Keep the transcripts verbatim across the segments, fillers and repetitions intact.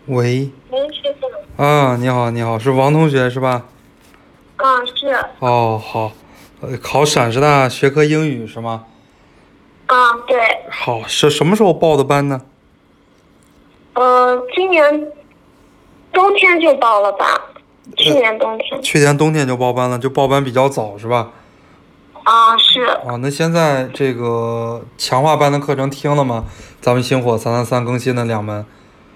喂。 喂，师傅。 啊，你好，你好，是王同学是吧？ 啊，是。 哦，好。呃，考陕师大学科英语是吗？ 啊，对。 好，是什么时候报的班呢？ 呃，今年冬天就报了吧？去年冬天。 去年冬天就报班了，就报班比较早是吧？ 啊，是。 啊，那现在这个强化班的课程听了吗？咱们星火三三三更新的两门。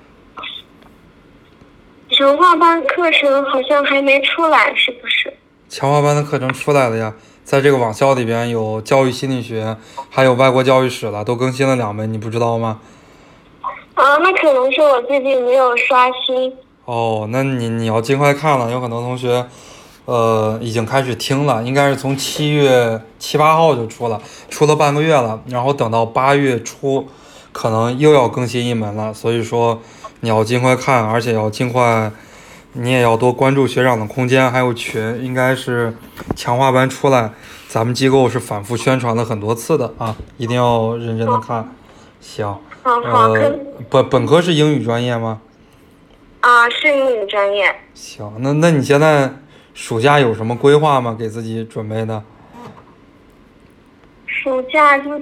强化班课程好像还没出来，是不是？ 强化班的课程出来了呀，在这个网校里边有教育心理学，还有外国教育史了，都更新了两门，你不知道吗？ 啊，那可能是我最近没有刷新。 哦，那你你要尽快看了，有很多同学，呃，已经开始听了，应该是从七月七八号就出了，出了半个月了，然后等到八月初，可能又要更新一门了，所以说你要尽快看，而且要尽快，你也要多关注学长的空间还有群，应该是强化班出来，咱们机构是反复宣传了很多次的啊，一定要认真的看。行，呃，本本科是英语专业吗？ 啊，是英语专业。 行，那那你现在暑假有什么规划吗？给自己准备的？ 暑假就是，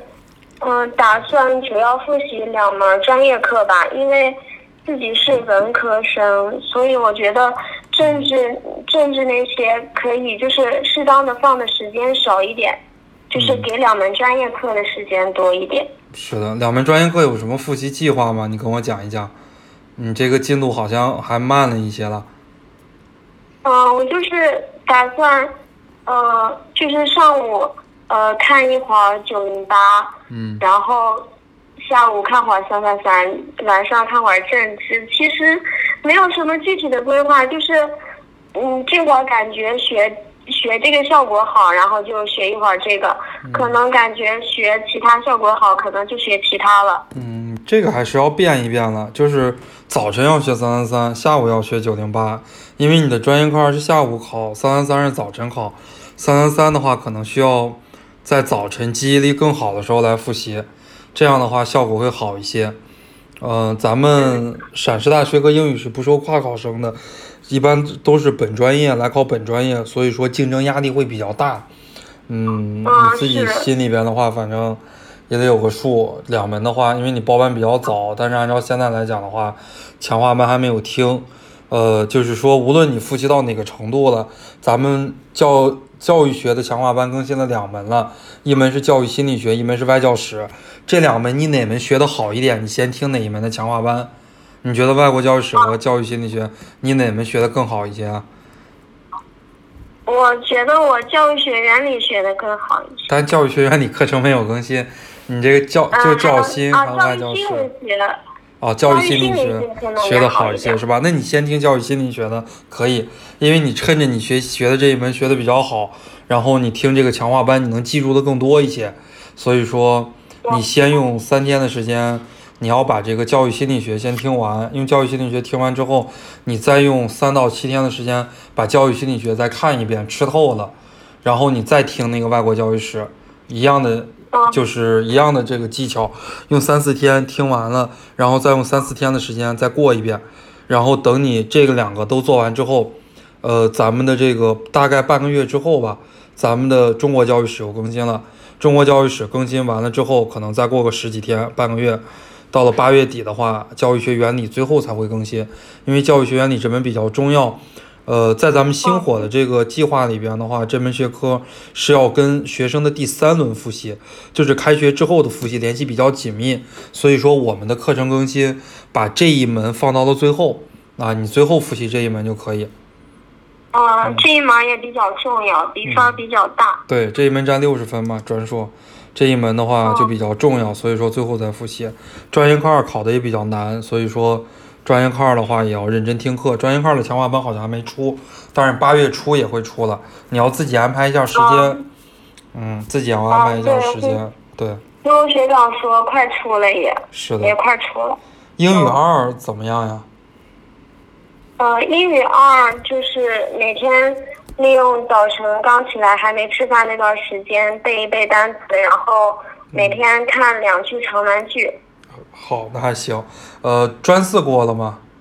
嗯、呃，打算主要复习两门专业课吧，因为自己是文科生，所以我觉得政治政治那些可以就是适当的放的时间少一点，就是给两门专业课的时间多一点。 是的，两门专业课有什么复习计划吗？你跟我讲一讲。你这个进度好像还慢了一些了。 嗯、呃，我就是打算，呃，就是上午呃看一会儿九零八， 嗯， 然后下午看会儿三三三，晚上看会儿政治。其实没有什么具体的规划，就是嗯，这会儿感觉学学这个效果好，然后就学一会儿这个， 嗯、 可能感觉学其他效果好，可能就学其他了。 嗯，这个还是要变一变了，就是早晨要学三三三，下午要学九零八，因为你的专业课是下午考，三三三是早晨考，三三三的话可能需要在早晨记忆力更好的时候来复习，这样的话效果会好一些。嗯、呃，咱们陕师大学科英语是不收跨考生的，一般都是本专业来考本专业，所以说竞争压力会比较大。嗯，你自己心里边的话，反正也得有个数。两门的话，因为你报班比较早，但是按照现在来讲的话，强化班还没有听。呃，就是说，无论你复习到哪个程度了，咱们教教育学的强化班更新了两门了，一门是教育心理学，一门是外教史。这两门你哪门学的好一点，你先听哪一门的强化班。你觉得外国教育史和教育心理学，你哪门学的更好一些啊？ 我觉得我教育学原理学的更好一些。 但教育学原理课程没有更新，你这个教就教心还有外教史。哦，教育心理学学的好一些是吧？那你先听教育心理学的可以，因为你趁着你学学的这一门学的比较好，然后你听这个强化班，你能记住的更多一些。所以说，你先用三天的时间，你要把这个教育心理学先听完。因为教育心理学听完之后，你再用三到七天的时间把教育心理学再看一遍，吃透了，然后你再听那个外国教育史，一样的。就是一样的这个技巧，用三四天听完了，然后再用三四天的时间再过一遍，然后等你这个两个都做完之后，呃，咱们的这个大概半个月之后吧，咱们的中国教育史又更新了。中国教育史更新完了之后，可能再过个十几天，半个月，到了八月底的话，教育学原理最后才会更新，因为教育学原理这门比较重要。呃，在咱们星火的这个计划里边的话，这门学科是要跟学生的第三轮复习，就是开学之后的复习联系比较紧密，所以说我们的课程更新把这一门放到了最后啊，你最后复习这一门就可以。 呃、嗯，这一门也比较重要，比分比较大。 嗯、对，这一门占六十分嘛，专硕，这一门的话就比较重要，所以说最后再复习。专业课二考的也比较难，所以说。专业课二的话也要认真听课，专业课二的强化班好像还没出，但是八月初也会出了，你要自己安排一下时间，啊、嗯，自己要安排一下时间，啊、对。 因为学长说快出了也， 是的， 也快出了。 英语二怎么样呀？ 呃，英语二就是每天利用早晨刚起来还没吃饭那段时间背一背单词，然后每天看两句长难句。 好，那还行。呃，专四过了吗？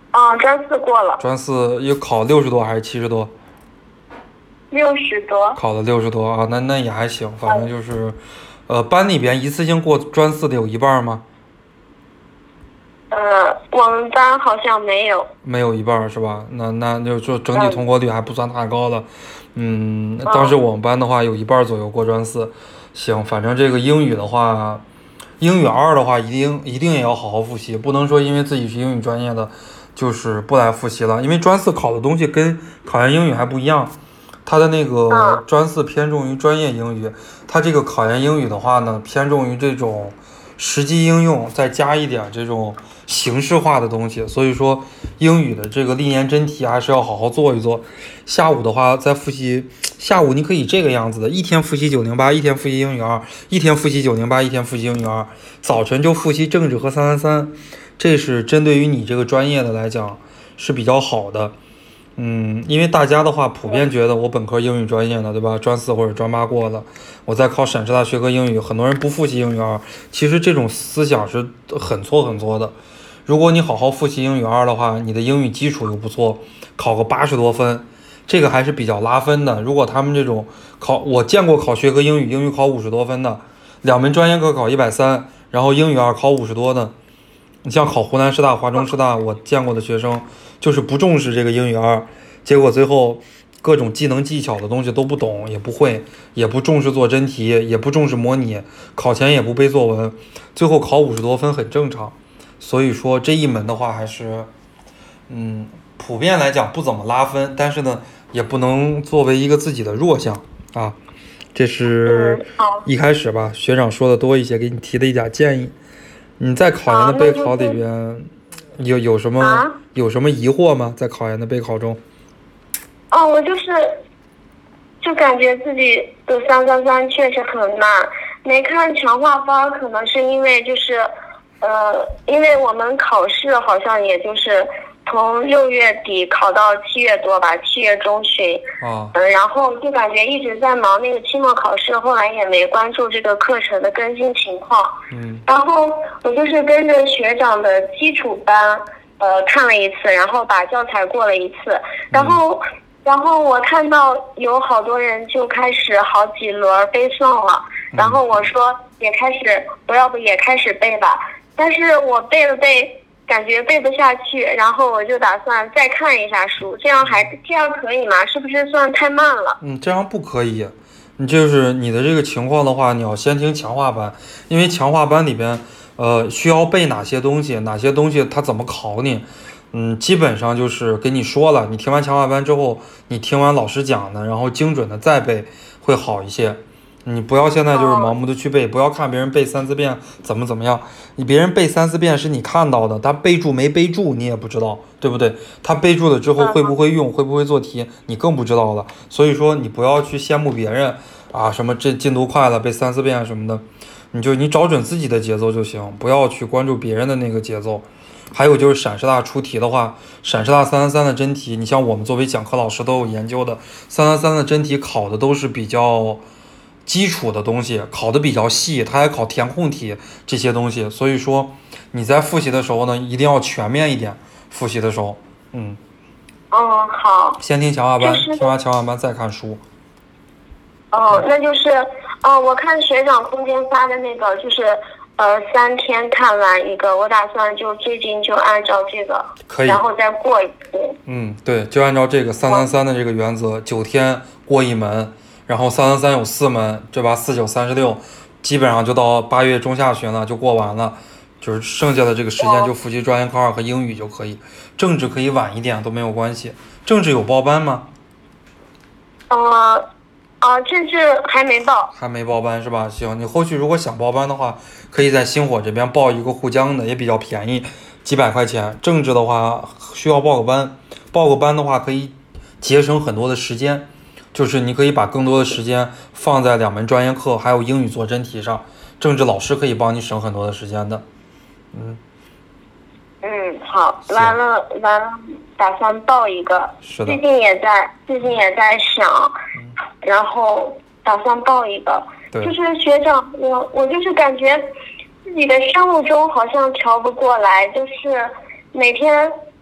啊，专四过了。 专四有考六十多还是七十多？ 六十多。 考了六十多啊，那那也还行，反正就是，呃，班里边一次性过专四的有一半吗？ 呃，我们班好像没有。 没有一半是吧？那那就说整体通过率还不算太高的。嗯，当时我们班的话有一半左右过专四。行，反正这个英语的话，英语二的话一定一定也要好好复习，不能说因为自己是英语专业的，就是不来复习了。因为专四考的东西跟考研英语还不一样，它的那个专四偏重于专业英语，它这个考研英语的话呢，偏重于这种实际应用，再加一点这种形式化的东西。所以说英语的这个历年真题还是要好好做一做。下午的话再复习，下午你可以这个样子的，一天复习九零八，一天复习英语二，一天复习九零八，一天复习英语二。早晨就复习政治和三三三，这是针对于你这个专业的来讲是比较好的。嗯，因为大家的话普遍觉得我本科英语专业的，对吧？专四或者专八过了，我在考陕师大学科英语，很多人不复习英语二，其实这种思想是很错很错的。如果你好好复习英语二的话，你的英语基础又不错，考个八十多分，这个还是比较拉分的。如果他们这种考，我见过考学科英语，英语考五十多分的，两门专业课考一百三，然后英语二考五十多的。你像考湖南师大、华中师大，我见过的学生就是不重视这个英语二，结果最后各种技能技巧的东西都不懂，也不会，也不重视做真题，也不重视模拟，考前也不背作文，最后考五十多分很正常。所以说这一门的话还是，嗯，普遍来讲不怎么拉分，但是呢，也不能作为一个自己的弱项啊。这是一开始吧，学长说的多一些，给你提的一点建议。你在考研的备考里边，有有什么、啊、有什么疑惑吗？在考研的备考中？ 哦，我就是就感觉自己的三三三确实很难，没看强化班，可能是因为就是呃，因为我们考试好像也就是从六月底考到七月多吧，七月中旬。 啊。 嗯，然后就感觉一直在忙那个期末考试，后来也没关注这个课程的更新情况。 嗯。 然后我就是跟着学长的基础班，呃，看了一次，然后把教材过了一次，然后，嗯、然后我看到有好多人就开始好几轮背诵了， 嗯、 然后我说也开始，我要不也开始背吧，但是我背了背。感觉背不下去，然后我就打算再看一下书，这样还这样可以吗？是不是算太慢了？ 嗯，这样不可以。你就是你的这个情况的话，你要先听强化班，因为强化班里边，呃，需要背哪些东西，哪些东西它怎么考你，嗯，基本上就是给你说了。你听完强化班之后，你听完老师讲的，然后精准的再背会好一些。你不要现在就是盲目的去背，不要看别人背三四遍怎么怎么样，你别人背三四遍是你看到的，他背住没背住你也不知道，对不对？他背住了之后会不会用，会不会做题，你更不知道了。所以说你不要去羡慕别人啊，什么这进度快了背三四遍什么的，你就你找准自己的节奏就行，不要去关注别人的那个节奏。还有就是陕师大出题的话，陕师大三三三的真题，你像我们作为讲课老师都有研究的，三三三的真题考的都是比较基础的东西，考的比较细，它还考填空题这些东西，所以说你在复习的时候呢，一定要全面一点。复习的时候，嗯， 哦，好， 先听强化班，就是、听完强化班再看书。 哦，那就是，哦，我看学长空间发的那个，就是呃三天看完一个，我打算就最近就按照这个， 可以， 然后再过一次。 嗯，对，就按照这个三三三的这个原则，九天过一门。然后三三三有四门，对吧？四九三十六，基本上就到八月中下旬了，就过完了，就是剩下的这个时间就复习专业课二和英语就可以，政治可以晚一点都没有关系。政治有报班吗？ 呃，啊，政治还没报， 还没报班是吧？行，你后续如果想报班的话，可以在星火这边报一个沪江的，也比较便宜，几百块钱。政治的话需要报个班，报个班的话可以节省很多的时间。就是你可以把更多的时间放在两门专业课还有英语做真题上，政治老师可以帮你省很多的时间的。嗯嗯，好，完了完了，打算报一个， 是的， 最近也在最近也在想、嗯、然后打算报一个。就是学长，我我就是感觉自己的生物钟好像调不过来，就是每天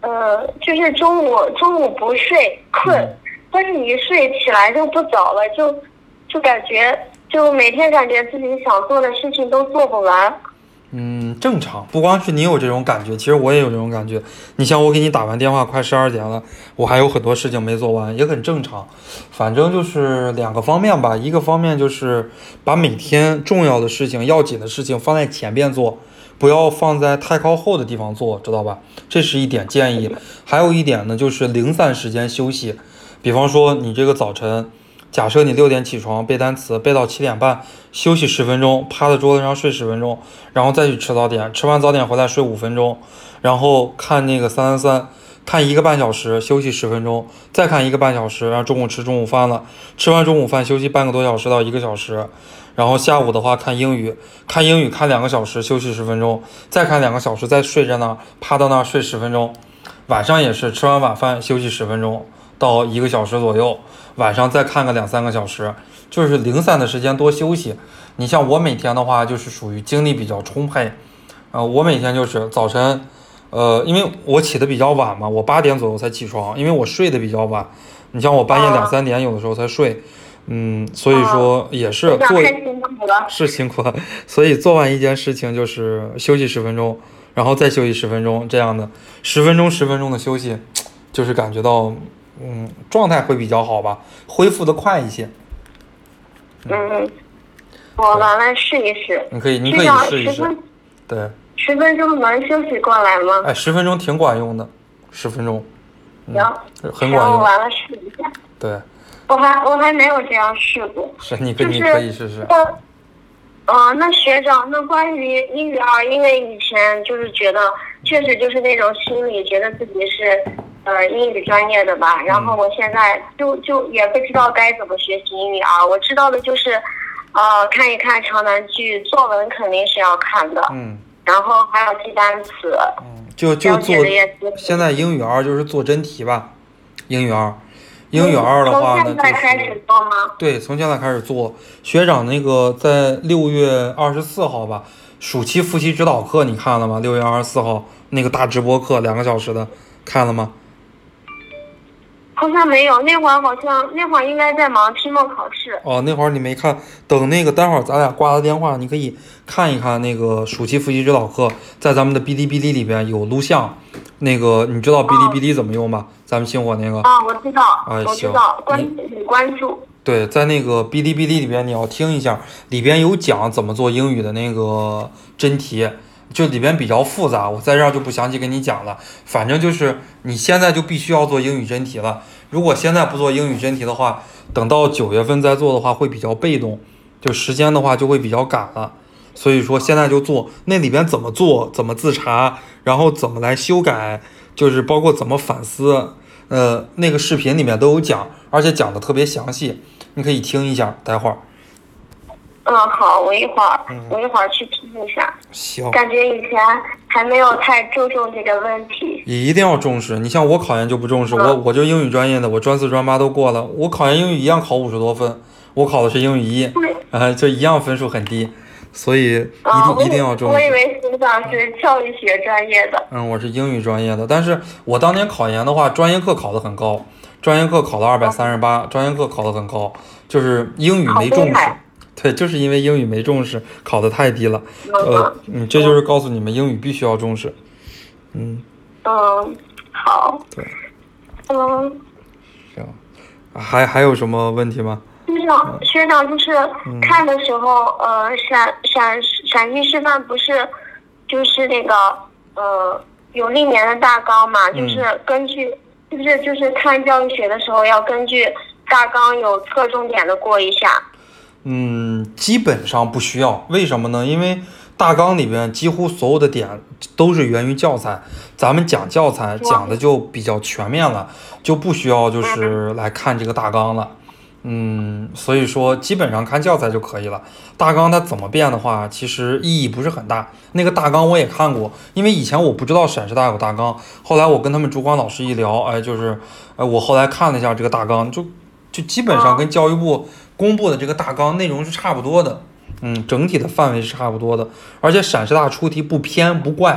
呃，就是中午中午不睡困，嗯、但是你一睡起来就不早了，就就感觉就每天感觉自己想做的事情都做不完。 嗯，正常，不光是你有这种感觉，其实我也有这种感觉。你像我给你打完电话快十二点了，我还有很多事情没做完，也很正常。反正就是两个方面吧，一个方面就是把每天重要的事情、要紧的事情放在前边做，不要放在太靠后的地方做，知道吧？这是一点建议。还有一点呢，就是零散时间休息，比方说你这个早晨。假设你六点起床背单词，背到七点半，休息十分钟，趴在桌子上睡十分钟，然后再去吃早点，吃完早点回来睡五分钟，然后看那个三三三，看一个半小时，休息十分钟，再看一个半小时，然后中午吃中午饭了，吃完中午饭休息半个多小时到一个小时，然后下午的话看英语，看英语看两个小时，休息十分钟，再看两个小时，再睡在那儿，趴到那儿睡十分钟，晚上也是吃完晚饭休息十分钟到一个小时左右。晚上再看个两三个小时，就是零散的时间多休息。你像我每天的话，就是属于精力比较充沛，呃，我每天就是早晨，呃，因为我起的比较晚嘛，我八点左右才起床，因为我睡得比较晚。你像我半夜两三点有的时候才睡，嗯，所以说也是做是辛苦了，所以做完一件事情就是休息十分钟，然后再休息十分钟，这样的十分钟十分钟的休息，就是感觉到。嗯，状态会比较好吧，恢复的快一些。 嗯，我完了试一试。 你可以，你可以试一试。对。 十分钟能休息过来吗？ 哎，十分钟挺管用的，十分钟。 行、 嗯，很管用。 我完了试一下。 对。 我还我还没有这样试过。 是，你可以、就是、你可以试试。 呃，那学长，那关于英语二，因为以前就是觉得，确实就是那种心理，觉得自己是。呃，英语专业的吧，然后我现在就就也不知道该怎么学习英语啊。我知道的就是，呃，看一看长难句，作文肯定是要看的， 嗯， 然后还要记单词， 嗯，就就做。现在英语二就是做真题吧，英语二，英语二的话呢， 从现在开始做吗？ 对，从现在开始做。学长那个在六月二十四号吧，暑期复习指导课你看了吗？六月二十四号那个大直播课两个小时的，看了吗？ 好像没有，那会儿好像那会儿应该在忙期末考试。 哦，那会儿你没看，等那个待会儿咱俩挂了电话，你可以看一看那个暑期复习指导课，在咱们的哔哩哔哩里边有录像。那个你知道哔哩哔哩怎么用吗？哦、咱们星火那个。 啊、哦，我知道。 哎， 我知道，关你关注。 对，在那个哔哩哔哩里边你要听一下，里边有讲怎么做英语的那个真题。就里边比较复杂，我在这儿就不详细跟你讲了。反正就是你现在就必须要做英语真题了。如果现在不做英语真题的话，等到九月份再做的话会比较被动，就时间的话就会比较赶了。所以说现在就做，那里边怎么做，怎么自查，然后怎么来修改，就是包括怎么反思，呃，那个视频里面都有讲，而且讲的特别详细，你可以听一下，待会儿。 嗯，好，我一会儿、嗯、我一会儿去听一下。 行。 感觉以前还没有太注重这个问题。 你一定要重视。你像我考研就不重视，嗯、我我就英语专业的，我专四专八都过了，我考研英语一样考五十多分，我考的是英语一，呃，就一样分数很低，所以一定、 哦、 一定要重视。 我以为学长是教育学专业的。 嗯，我是英语专业的，但是我当年考研的话，专业课考得很高，专业课考了二百三十八，专业课考得很高，就是英语没重视。对，就是因为英语没重视，考得太低了。呃，嗯，这就是告诉你们，英语必须要重视。嗯。 嗯，好。 对。 嗯。 行。还还有什么问题吗？ 学长，学长就是看的时候，嗯、呃，陕陕陕西师范不是，就是那个呃有历年的大纲嘛，就是根据，嗯、就是就是看教育学的时候要根据大纲有侧重点的过一下。 嗯，基本上不需要，为什么呢？因为大纲里边几乎所有的点都是源于教材，咱们讲教材讲的就比较全面了，就不需要就是来看这个大纲了。嗯，所以说基本上看教材就可以了。大纲它怎么变的话，其实意义不是很大。那个大纲我也看过，因为以前我不知道陕师大有大纲，后来我跟他们主管老师一聊，哎，就是，哎，我后来看了一下这个大纲，就就基本上跟教育部公布的这个大纲内容是差不多的，嗯，整体的范围是差不多的，而且陕师大出题不偏不怪，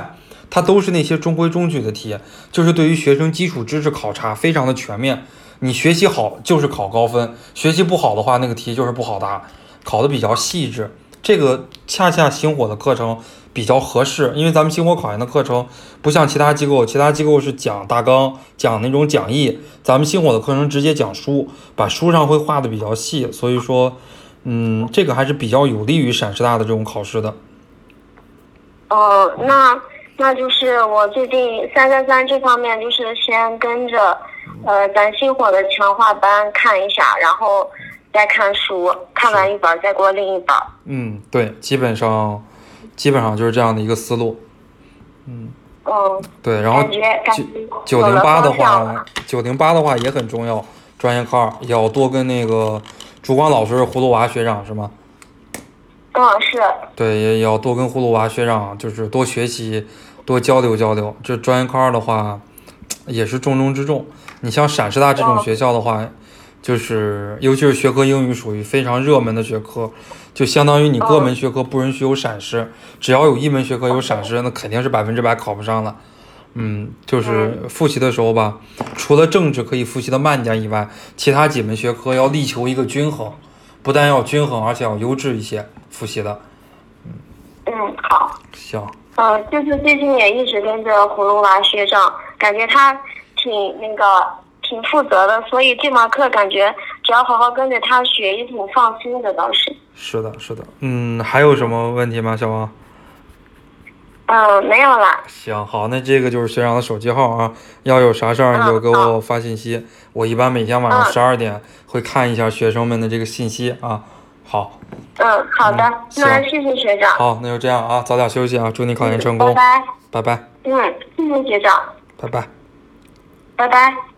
它都是那些中规中矩的题，就是对于学生基础知识考察非常的全面。你学习好就是考高分，学习不好的话，那个题就是不好答，考的比较细致。这个恰恰星火的课程比较合适，因为咱们星火考研的课程不像其他机构，其他机构是讲大纲、讲那种讲义，咱们星火的课程直接讲书，把书上会画的比较细，所以说，嗯，这个还是比较有利于陕师大的这种考试的。 哦，那那就是我最近三三三这方面，就是先跟着呃咱星火的强化班看一下，然后再看书，看完一本再过另一本。 嗯，对，基本上基本上就是这样的一个思路。嗯。 嗯。 对，然后九九零八的话，九零八的话也很重要，专业课二也要多跟那个主管老师葫芦娃学长是吗？ 嗯，是。 对，也要多跟葫芦娃学长就是多学习，多交流交流。这专业课二的话，也是重中之重。你像陕师大这种学校的话，就是尤其是学科英语属于非常热门的学科，就相当于你各门学科不允许有闪失，只要有一门学科有闪失，那肯定是百分之百考不上了。嗯，就是复习的时候吧，除了政治可以复习的慢点以外，其他几门学科要力求一个均衡，不但要均衡，而且要优质一些复习的。 嗯嗯，好。 行。 嗯、呃，就是最近也一直跟着葫芦娃学长，感觉他挺那个挺负责的，所以这门课感觉只要好好跟着他学，也挺放心的，倒是。 是的，是的。嗯，还有什么问题吗，小王？ 嗯，没有了。 行，好，那这个就是学长的手机号啊，要有啥事儿你就给我发信息，嗯、我一般每天晚上十二点会看一下学生们的这个信息啊。好。 嗯，好的，嗯、那谢谢学长。 好，那就这样啊，早点休息啊，祝你考研成功。 嗯、拜拜。 拜拜。 嗯，谢谢学长。 拜拜。 拜拜。